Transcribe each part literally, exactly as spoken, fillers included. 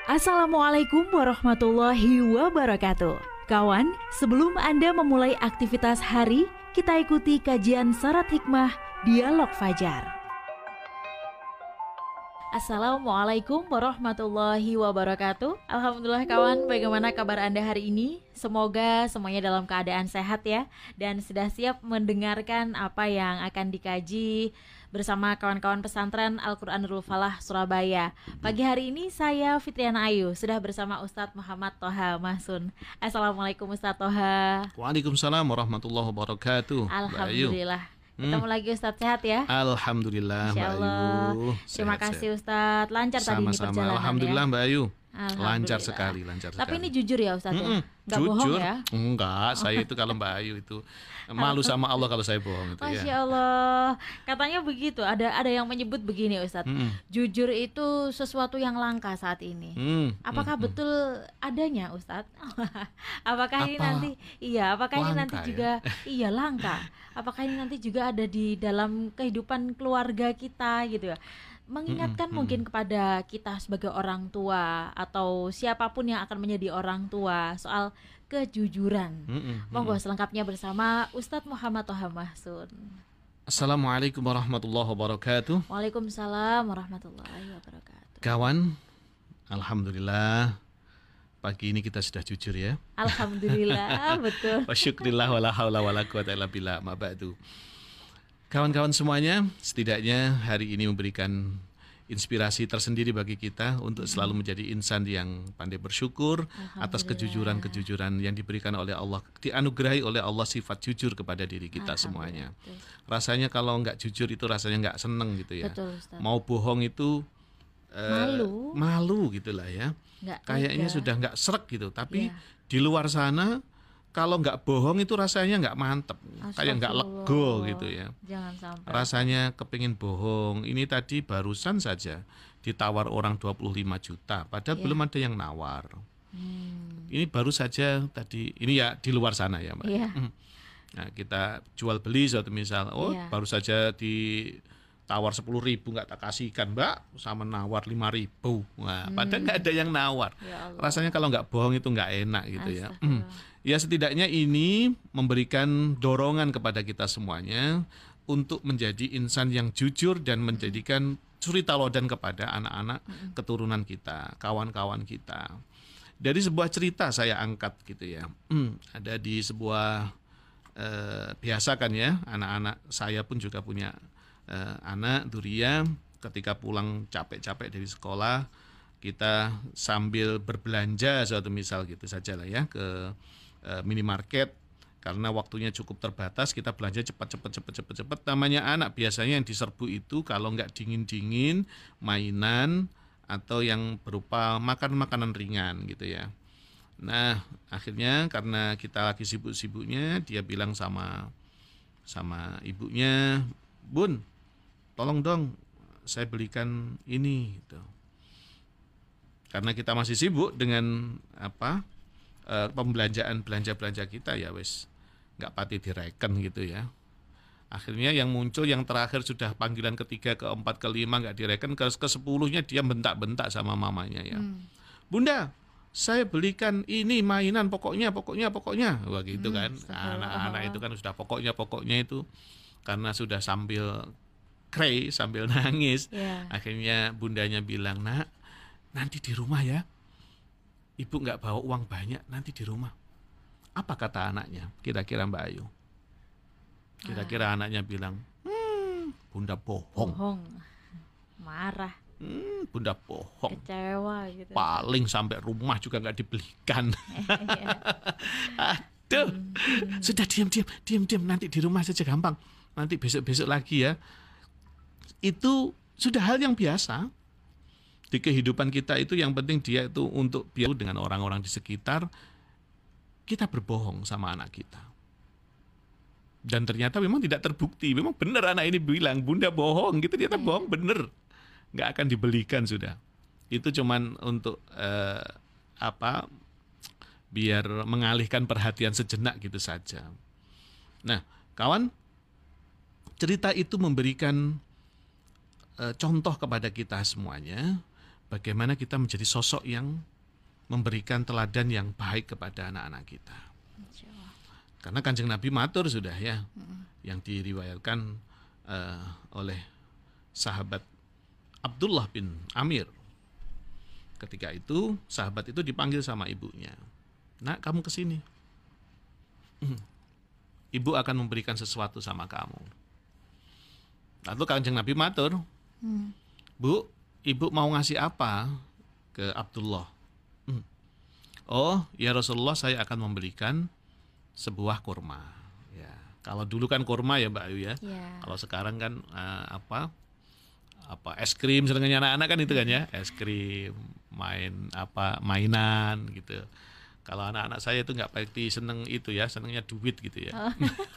Assalamualaikum warahmatullahi wabarakatuh. Kawan, sebelum Anda memulai aktivitas hari, kita ikuti kajian syarat hikmah Dialog Fajar. Assalamualaikum warahmatullahi wabarakatuh. Alhamdulillah kawan, bagaimana kabar Anda hari ini? Semoga semuanya dalam keadaan sehat ya, dan sudah siap mendengarkan apa yang akan dikaji bersama kawan-kawan pesantren Al-Quranul Falah Surabaya. Pagi hari ini saya Fitriana Ayu sudah bersama Ustadz Muhammad Toha Mahsun. Assalamualaikum Ustadz Toha. Waalaikumsalam warahmatullahi wabarakatuh. Alhamdulillah. Ketemu hmm. lagi Ustadz, sehat ya? Alhamdulillah Mbak Ayu. Terima sehat, kasih Ustadz. Lancar sama, tadi ini sama. perjalanan. Alhamdulillah ya? Mbak Ayu. Lancar sekali, lancar Tapi sekali. ini jujur ya Ustadz Mm-mm. ya? Gak jujur? bohong ya? Enggak, saya itu kalau Mbak Ayu itu malu sama Allah kalau saya bohong itu. Masya ya. Allah. Katanya begitu, ada ada yang menyebut begini Ustadz. Mm-mm. Jujur itu sesuatu yang langka saat ini. Mm-mm. Apakah Mm-mm. betul adanya Ustadz? Apakah Apa? ini nanti iya, apakah langka, ini nanti ya? juga iya langka. Apakah ini nanti juga ada di dalam kehidupan keluarga kita gitu ya? Mengingatkan mm-hmm. mungkin kepada kita sebagai orang tua atau siapapun yang akan menjadi orang tua soal kejujuran. Mm-hmm. Monggo selengkapnya bersama Ustadz Muhammad Toha Mahsun. Assalamualaikum warahmatullahi wabarakatuh. Waalaikumsalam warahmatullahi wabarakatuh. Kawan, alhamdulillah pagi ini kita sudah jujur ya. Alhamdulillah, betul. Wa syukrillah wala haula wala quwata illa billah, ma ba'du. Kawan-kawan semuanya, setidaknya hari ini memberikan inspirasi tersendiri bagi kita untuk selalu menjadi insan yang pandai bersyukur atas kejujuran-kejujuran yang diberikan oleh Allah, dianugerahi oleh Allah sifat jujur kepada diri kita semuanya. Rasanya kalau nggak jujur itu rasanya nggak seneng gitu ya. Betul, mau bohong itu malu, uh, malu gitulah ya. Nggak kayaknya tega. Sudah nggak srek gitu, tapi yeah. di luar sana kalau nggak bohong itu rasanya nggak mantep, kayak nggak lego gitu ya. Jangan sampai. Rasanya kepingin bohong. Ini tadi barusan saja ditawar orang dua puluh lima juta, padahal yeah. belum ada yang nawar. Hmm. Ini baru saja tadi, ini ya di luar sana ya Mbak. Yeah. Nah kita jual beli suatu misal, oh yeah. baru saja ditawar sepuluh ribu nggak tak kasihkan Mbak, sama nawar lima ribu. Nah, hmm. padahal nggak ada yang nawar. Ya rasanya kalau nggak bohong itu nggak enak gitu ya. Ya setidaknya ini memberikan dorongan kepada kita semuanya untuk menjadi insan yang jujur dan menjadikan suri tauladan kepada anak-anak keturunan kita, kawan-kawan kita. Dari sebuah cerita saya angkat gitu ya. Ada di sebuah eh, biasa kan ya, anak-anak saya pun juga punya eh, anak Duria, ketika pulang capek-capek dari sekolah, kita sambil berbelanja suatu misal gitu saja lah ya ke minimarket, karena waktunya cukup terbatas, kita belanja cepat-cepat cepat-cepat cepat. Namanya anak biasanya yang diserbu itu kalau nggak dingin-dingin mainan atau yang berupa makan-makanan ringan gitu ya. Nah akhirnya karena kita lagi sibuk-sibuknya, dia bilang sama sama ibunya, Bun, tolong dong saya belikan ini gitu. Karena kita masih sibuk dengan apa Uh, pembelanjaan belanja-belanja kita ya wes nggak pati direken gitu ya. Akhirnya yang muncul yang terakhir sudah panggilan ketiga, keempat, kelima nggak direken, ke kesepuluhnya dia bentak-bentak sama mamanya ya. Hmm. Bunda, saya belikan ini mainan pokoknya, pokoknya, pokoknya, wah gitu hmm, kan. Anak-anak itu kan sudah pokoknya, pokoknya itu karena sudah sambil cry, sambil nangis. Yeah. Akhirnya bundanya bilang, nak, nanti di rumah ya. Ibu nggak bawa uang banyak nanti di rumah. Apa kata anaknya? Kira-kira Mbak Ayu. Kira-kira ah. anaknya bilang, hmm, Bunda bohong. Bohong. Marah. Hmm, Bunda bohong. Kecewa gitu. Paling sampai rumah juga nggak dibelikan. Aduh. Hmm. Sudah diam-diam, diam-diam, nanti di rumah saja gampang. Nanti besok-besok lagi ya. Itu sudah hal yang biasa. Di kehidupan kita itu yang penting dia itu untuk biar dengan orang-orang di sekitar kita berbohong sama anak kita. Dan ternyata memang tidak terbukti. Memang benar anak ini bilang, Bunda bohong gitu, ternyata bohong benar. Nggak akan dibelikan sudah. Itu cuman untuk eh, apa biar mengalihkan perhatian sejenak gitu saja. Nah, kawan, cerita itu memberikan eh, contoh kepada kita semuanya bagaimana kita menjadi sosok yang memberikan teladan yang baik kepada anak-anak kita. Karena Kanjeng Nabi matur sudah ya, hmm. yang diriwayatkan uh, oleh sahabat Abdullah bin Amir. Ketika itu sahabat itu dipanggil sama ibunya. Nak, kamu kesini. Ibu akan memberikan sesuatu sama kamu. Lalu Kanjeng Nabi matur, hmm. Bu, ibu mau ngasih apa ke Abdullah? Hmm. Oh, ya Rasulullah, saya akan memberikan sebuah kurma. Ya, kalau dulu kan kurma ya Mbak Ayu ya. Yeah. Kalau sekarang kan uh, apa? apa es krim senengnya anak-anak kan itu kan ya, es krim, main apa mainan gitu. Kalau anak-anak saya itu nggak pasti seneng itu ya, senengnya duit gitu ya. Oh.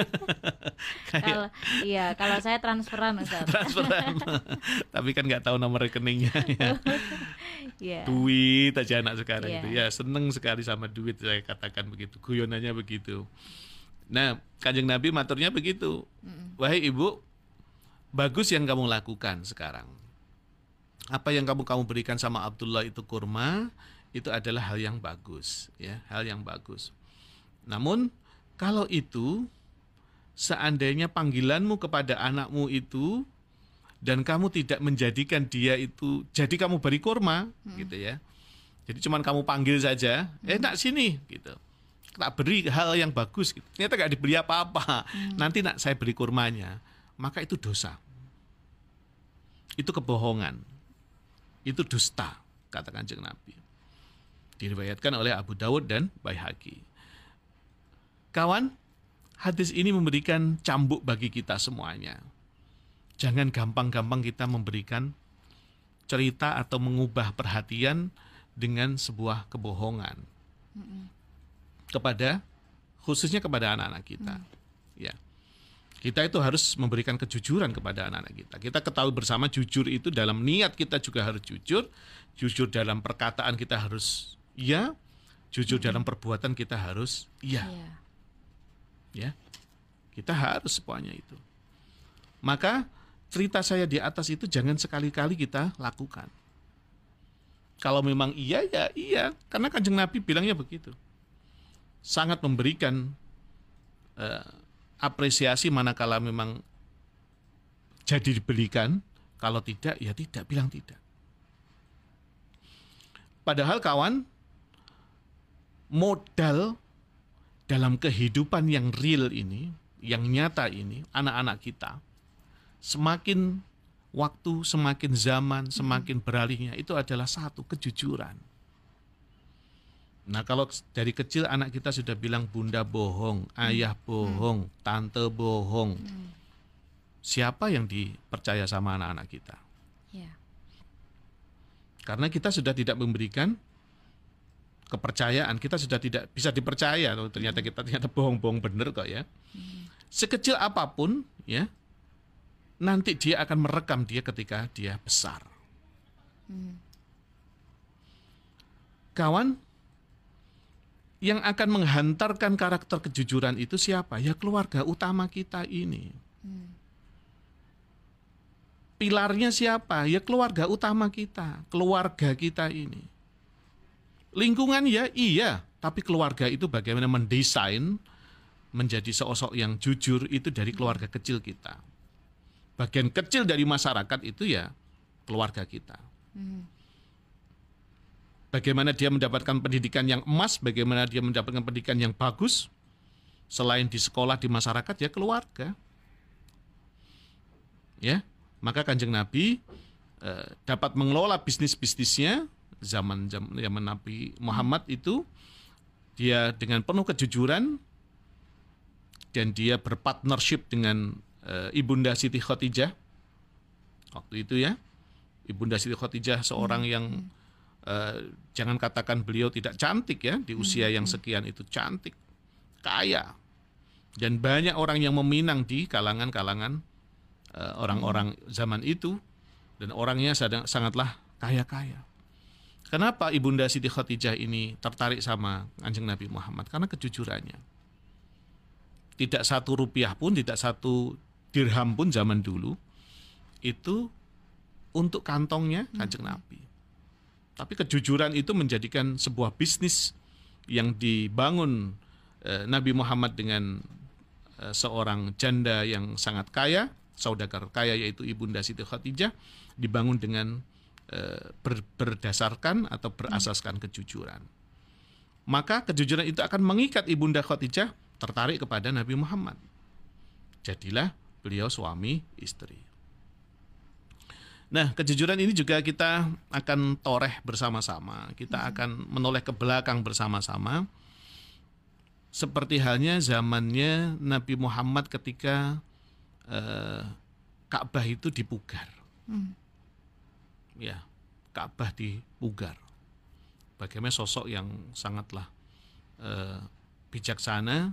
Kalau iya, kalau saya transferan Ustaz. Transferan. Tapi kan nggak tahu nomor rekeningnya ya. Yeah. Duit aja anak sekarang yeah. itu ya, seneng sekali sama duit, saya katakan begitu, guyonannya begitu. Nah, Kanjeng Nabi maturnya begitu. Mm. Wahai ibu, bagus yang kamu lakukan sekarang. Apa yang kamu kamu berikan sama Abdullah itu kurma, itu adalah hal yang bagus, ya, hal yang bagus. Namun kalau itu seandainya panggilanmu kepada anakmu itu dan kamu tidak menjadikan dia itu jadi kamu beri kurma, hmm. gitu ya. Jadi cuman kamu panggil saja, hmm. eh nak sini, gitu. Tak beri hal yang bagus, gitu. Ternyata gak diberi apa-apa. Hmm. Nanti nak saya beri kurmanya. Maka itu dosa. Itu kebohongan. Itu dusta, kata Kanjeng Nabi. Diriwayatkan oleh Abu Dawud dan Baihaqi. Kawan, hadis ini memberikan cambuk bagi kita semuanya. Jangan gampang-gampang kita memberikan cerita atau mengubah perhatian dengan sebuah kebohongan. Mm-mm. Kepada, khususnya kepada anak-anak kita. Mm. Ya. Kita itu harus memberikan kejujuran kepada anak-anak kita. Kita ketahui bersama jujur itu dalam niat kita juga harus jujur. Jujur dalam perkataan kita harus iya. Jujur mm-hmm. dalam perbuatan kita harus iya. Yeah. Ya, kita harus semuanya itu. Maka cerita saya di atas itu jangan sekali-kali kita lakukan. Kalau memang iya, ya iya. Karena Kanjeng Nabi bilangnya begitu. Sangat memberikan uh, apresiasi manakala memang jadi dibelikan, kalau tidak ya tidak, bilang tidak. Padahal kawan, modal dalam kehidupan yang real ini, yang nyata ini, anak-anak kita, semakin waktu, semakin zaman, semakin beralihnya, itu adalah satu, kejujuran. Nah, kalau dari kecil anak kita sudah bilang bunda bohong, ayah bohong, hmm. tante bohong, hmm. siapa yang dipercaya sama anak-anak kita? Yeah. Karena kita sudah tidak memberikan kepercayaan, kita sudah tidak bisa dipercaya. Ternyata kita ternyata bohong-bohong bener kok ya. Hmm. Sekecil apapun ya, nanti dia akan merekam dia ketika dia besar. Hmm. Kawan, yang akan menghantarkan karakter kejujuran itu siapa? Ya keluarga utama kita ini. Hmm. Pilarnya siapa? Ya keluarga utama kita, keluarga kita ini. Lingkungan ya iya, tapi keluarga itu bagaimana mendesain menjadi sosok yang jujur itu dari keluarga kecil kita. Bagian kecil dari masyarakat itu ya keluarga kita. Hmm. Bagaimana dia mendapatkan pendidikan yang emas, bagaimana dia mendapatkan pendidikan yang bagus, selain di sekolah, di masyarakat, ya keluarga. Ya, maka Kanjeng Nabi eh, dapat mengelola bisnis-bisnisnya zaman, zaman zaman Nabi Muhammad itu, dia dengan penuh kejujuran dan dia berpartnership dengan eh, Ibunda Siti Khadijah waktu itu ya. Ibunda Siti Khadijah seorang hmm. yang Uh, jangan katakan beliau tidak cantik ya, di usia yang sekian itu cantik, kaya, dan banyak orang yang meminang di kalangan-kalangan uh, orang-orang zaman itu, dan orangnya sadang, sangatlah kaya-kaya. Kenapa Ibunda Siti Khadijah ini tertarik sama Kanjeng Nabi Muhammad? Karena kejujurannya. Tidak satu rupiah pun, tidak satu dirham pun zaman dulu itu untuk kantongnya Kanjeng Nabi. Tapi kejujuran itu menjadikan sebuah bisnis yang dibangun eh, Nabi Muhammad dengan eh, seorang janda yang sangat kaya, saudagar kaya yaitu Ibunda Siti Khadijah, dibangun dengan eh, ber, berdasarkan atau berasaskan kejujuran. Maka kejujuran itu akan mengikat Ibunda Khadijah tertarik kepada Nabi Muhammad. Jadilah beliau suami istri. Nah, kejujuran ini juga kita akan toreh bersama-sama. Kita akan menoleh ke belakang bersama-sama. Seperti halnya zamannya Nabi Muhammad ketika eh, Ka'bah itu dipugar. Hmm. Ya, Ka'bah dipugar. Bagaimana sosok yang sangatlah eh, bijaksana.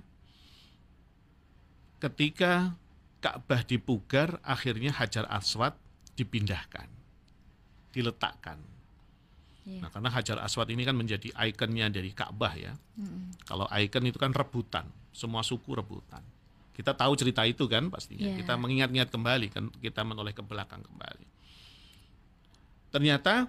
Ketika Ka'bah dipugar, akhirnya Hajar Aswad dipindahkan, diletakkan. Yeah. Nah, karena Hajar Aswad ini kan menjadi ikonnya dari Ka'bah ya. Mm-hmm. Kalau ikon itu kan rebutan, semua suku rebutan. Kita tahu cerita itu kan pastinya. Yeah. Kita mengingat-ingat kembali, kan kita menoleh ke belakang kembali. Ternyata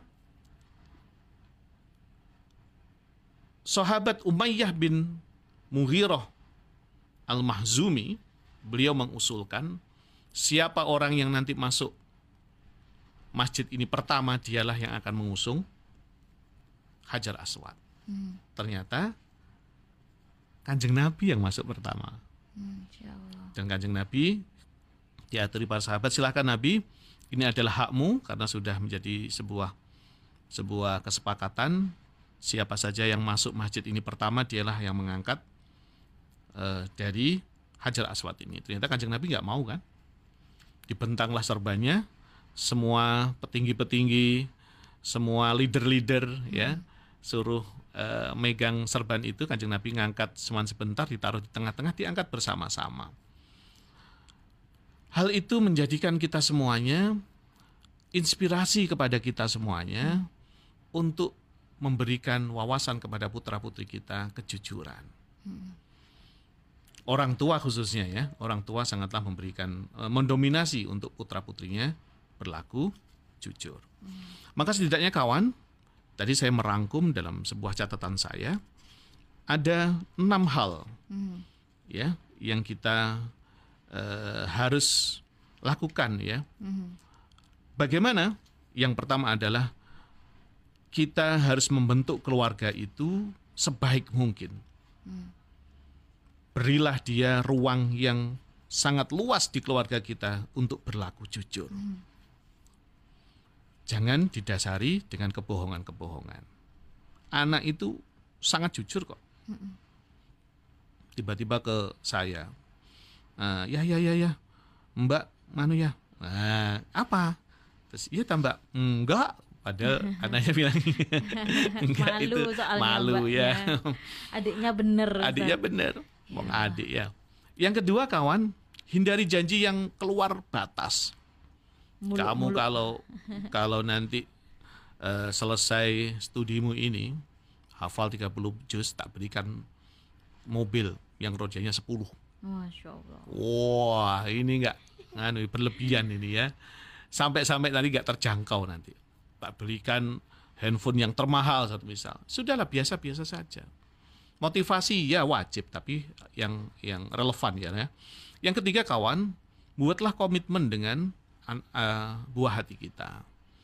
sahabat Umayyah bin Mughirah Al-Mahzumi, beliau mengusulkan siapa orang yang nanti masuk masjid ini pertama, dialah yang akan mengusung Hajar Aswad. Hmm. Ternyata Kanjeng Nabi yang masuk pertama. Hmm, Dan Kanjeng Nabi diaturi para sahabat, silakan Nabi, ini adalah hakmu karena sudah menjadi sebuah sebuah kesepakatan. Siapa saja yang masuk masjid ini pertama, dialah yang mengangkat uh, dari Hajar Aswad ini. Ternyata Kanjeng Nabi nggak mau kan. Dibentanglah serbannya, semua petinggi-petinggi, semua leader-leader hmm. ya, suruh uh, megang serban itu. Kanjeng Nabi ngangkat cuma sebentar, ditaruh di tengah-tengah, diangkat bersama-sama. Hal itu menjadikan kita semuanya, inspirasi kepada kita semuanya hmm. untuk memberikan wawasan kepada putra-putri kita kejujuran. Hmm. Orang tua khususnya ya, orang tua sangatlah memberikan, e, mendominasi untuk putra-putrinya berlaku jujur. Hmm. Maka setidaknya kawan, tadi saya merangkum dalam sebuah catatan saya, ada enam hal hmm. ya yang kita e, harus lakukan ya. Hmm. Bagaimana? Yang pertama adalah kita harus membentuk keluarga itu sebaik mungkin. Hmm. Berilah dia ruang yang sangat luas di keluarga kita untuk berlaku jujur. Hmm. Jangan didasari dengan kebohongan-kebohongan. Anak itu sangat jujur kok. Hmm. Tiba-tiba ke saya, uh, ya ya ya ya, Mbak, manu ya, uh, apa? Terus iya tambah enggak. Padahal anaknya bilang enggak, malu, itu malu ya. Adiknya bener. Adiknya bener. Wong ya. Adik ya. Yang kedua kawan, hindari janji yang keluar batas. Muluk, Kamu muluk. kalau kalau nanti uh, selesai studimu ini, hafal tiga puluh juz, tak berikan mobil yang rodanya sepuluh. Masya Allah. Wah, ini enggak nganu berlebihan ini ya. Sampai-sampai nanti enggak terjangkau nanti. Tak berikan handphone yang termahal satu misal. Sudahlah, biasa-biasa saja. Motivasi ya wajib, tapi yang yang relevan ya. Yang ketiga kawan, buatlah komitmen dengan uh, buah hati kita.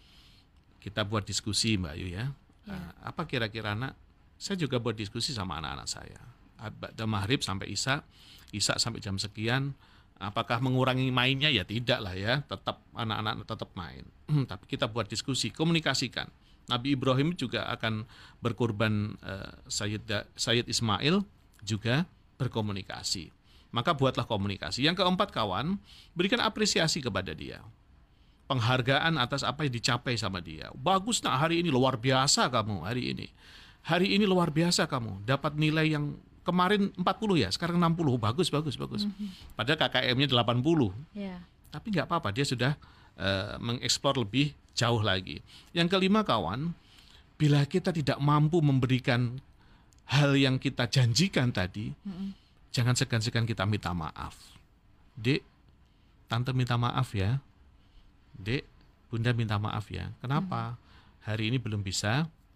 Kita buat diskusi Mbak Ayu ya. ya. Uh, apa kira-kira anak? Saya juga buat diskusi sama anak-anak saya. Ba'da maghrib sampai isya, isya sampai jam sekian. Apakah mengurangi mainnya? Ya tidak lah ya. Tetap anak-anak tetap main. Tapi kita buat diskusi, komunikasikan. Nabi Ibrahim juga akan berkorban, uh, Sayyid, Sayyid Ismail juga berkomunikasi. Maka buatlah komunikasi. Yang keempat kawan, berikan apresiasi kepada dia. Penghargaan atas apa yang dicapai sama dia. Bagus nak, hari ini luar biasa kamu hari ini. Hari ini luar biasa kamu. Dapat nilai yang kemarin empat puluh ya, sekarang enam puluh. Bagus, bagus, bagus. Mm-hmm. Padahal K K M-nya delapan puluh. Yeah. Tapi nggak apa-apa, dia sudah uh, mengeksplor lebih jauh lagi. Yang kelima kawan, bila kita tidak mampu memberikan hal yang kita janjikan tadi, mm-hmm. jangan segan-segan kita minta maaf. Dek, tante minta maaf ya. Dek, bunda minta maaf ya. Kenapa? Mm-hmm. Hari ini belum bisa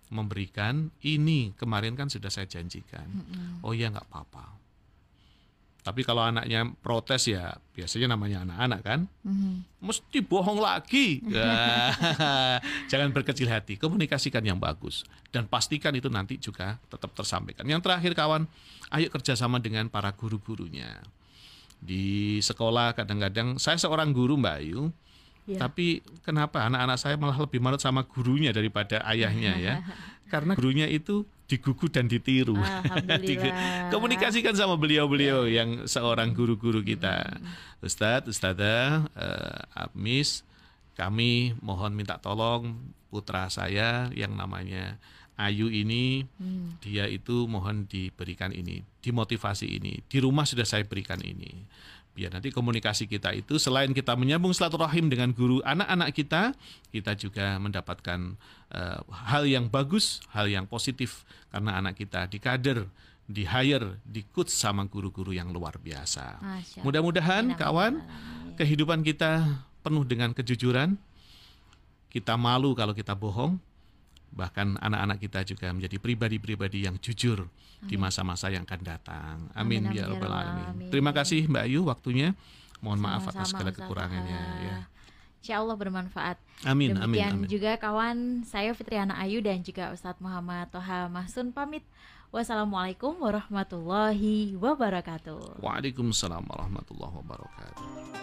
memberikan ini, kemarin kan sudah saya janjikan. Mm-mm. Oh iya nggak apa-apa. Tapi kalau anaknya protes ya biasanya namanya anak-anak kan, mm-hmm. mesti bohong lagi. Jangan berkecil hati, komunikasikan yang bagus dan pastikan itu nanti juga tetap tersampaikan. Yang terakhir kawan, ayo kerjasama dengan para guru-gurunya. Di sekolah kadang-kadang saya seorang guru Mbak Ayu, yeah. tapi kenapa anak-anak saya malah lebih manut sama gurunya daripada ayahnya ya? Karena gurunya itu digugu dan ditiru. Komunikasikan sama beliau-beliau yeah. yang seorang guru-guru kita. Hmm. Ustadz, Ustadzah, uh, Miss, kami mohon minta tolong putra saya yang namanya Ayu ini, hmm. dia itu mohon diberikan ini, dimotivasi ini. Di rumah sudah saya berikan ini. Biar nanti komunikasi kita itu selain kita menyambung silaturahim dengan guru anak-anak kita, kita juga mendapatkan uh, hal yang bagus, hal yang positif karena anak kita dikader, di hire, di coach sama guru-guru yang luar biasa. Mudah-mudahan kawan, kehidupan kita penuh dengan kejujuran. Kita malu kalau kita bohong. Bahkan anak-anak kita juga menjadi pribadi-pribadi yang jujur Amin. Di masa-masa yang akan datang. Amin, Amin ya rabbal alamin. Terima kasih Mbak Ayu waktunya. Mohon Sama-sama, maaf atas segala kekurangannya ya. Insya Allah bermanfaat. Amin, Demikian amin, amin. juga kawan, saya Fitriana Ayu dan juga Ustadz Muhammad Toha Mahsun pamit. Wassalamualaikum warahmatullahi wabarakatuh. Waalaikumsalam warahmatullahi wabarakatuh.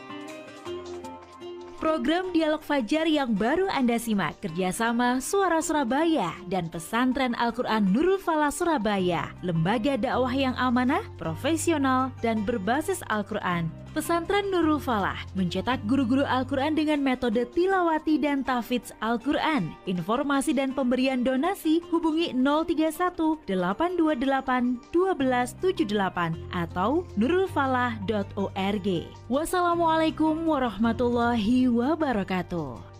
Program Dialog Fajar yang baru Anda simak kerjasama Suara Surabaya dan Pesantren Al-Quran Nurul Falah Surabaya, lembaga dakwah yang amanah, profesional, dan berbasis Al-Quran. Pesantren Nurul Falah mencetak guru-guru Al-Quran dengan metode tilawati dan tahfidz Al-Quran. Informasi dan pemberian donasi hubungi nol tiga satu delapan dua delapan satu dua tujuh delapan atau nurulfalah dot org. Wassalamualaikum warahmatullahi wabarakatuh.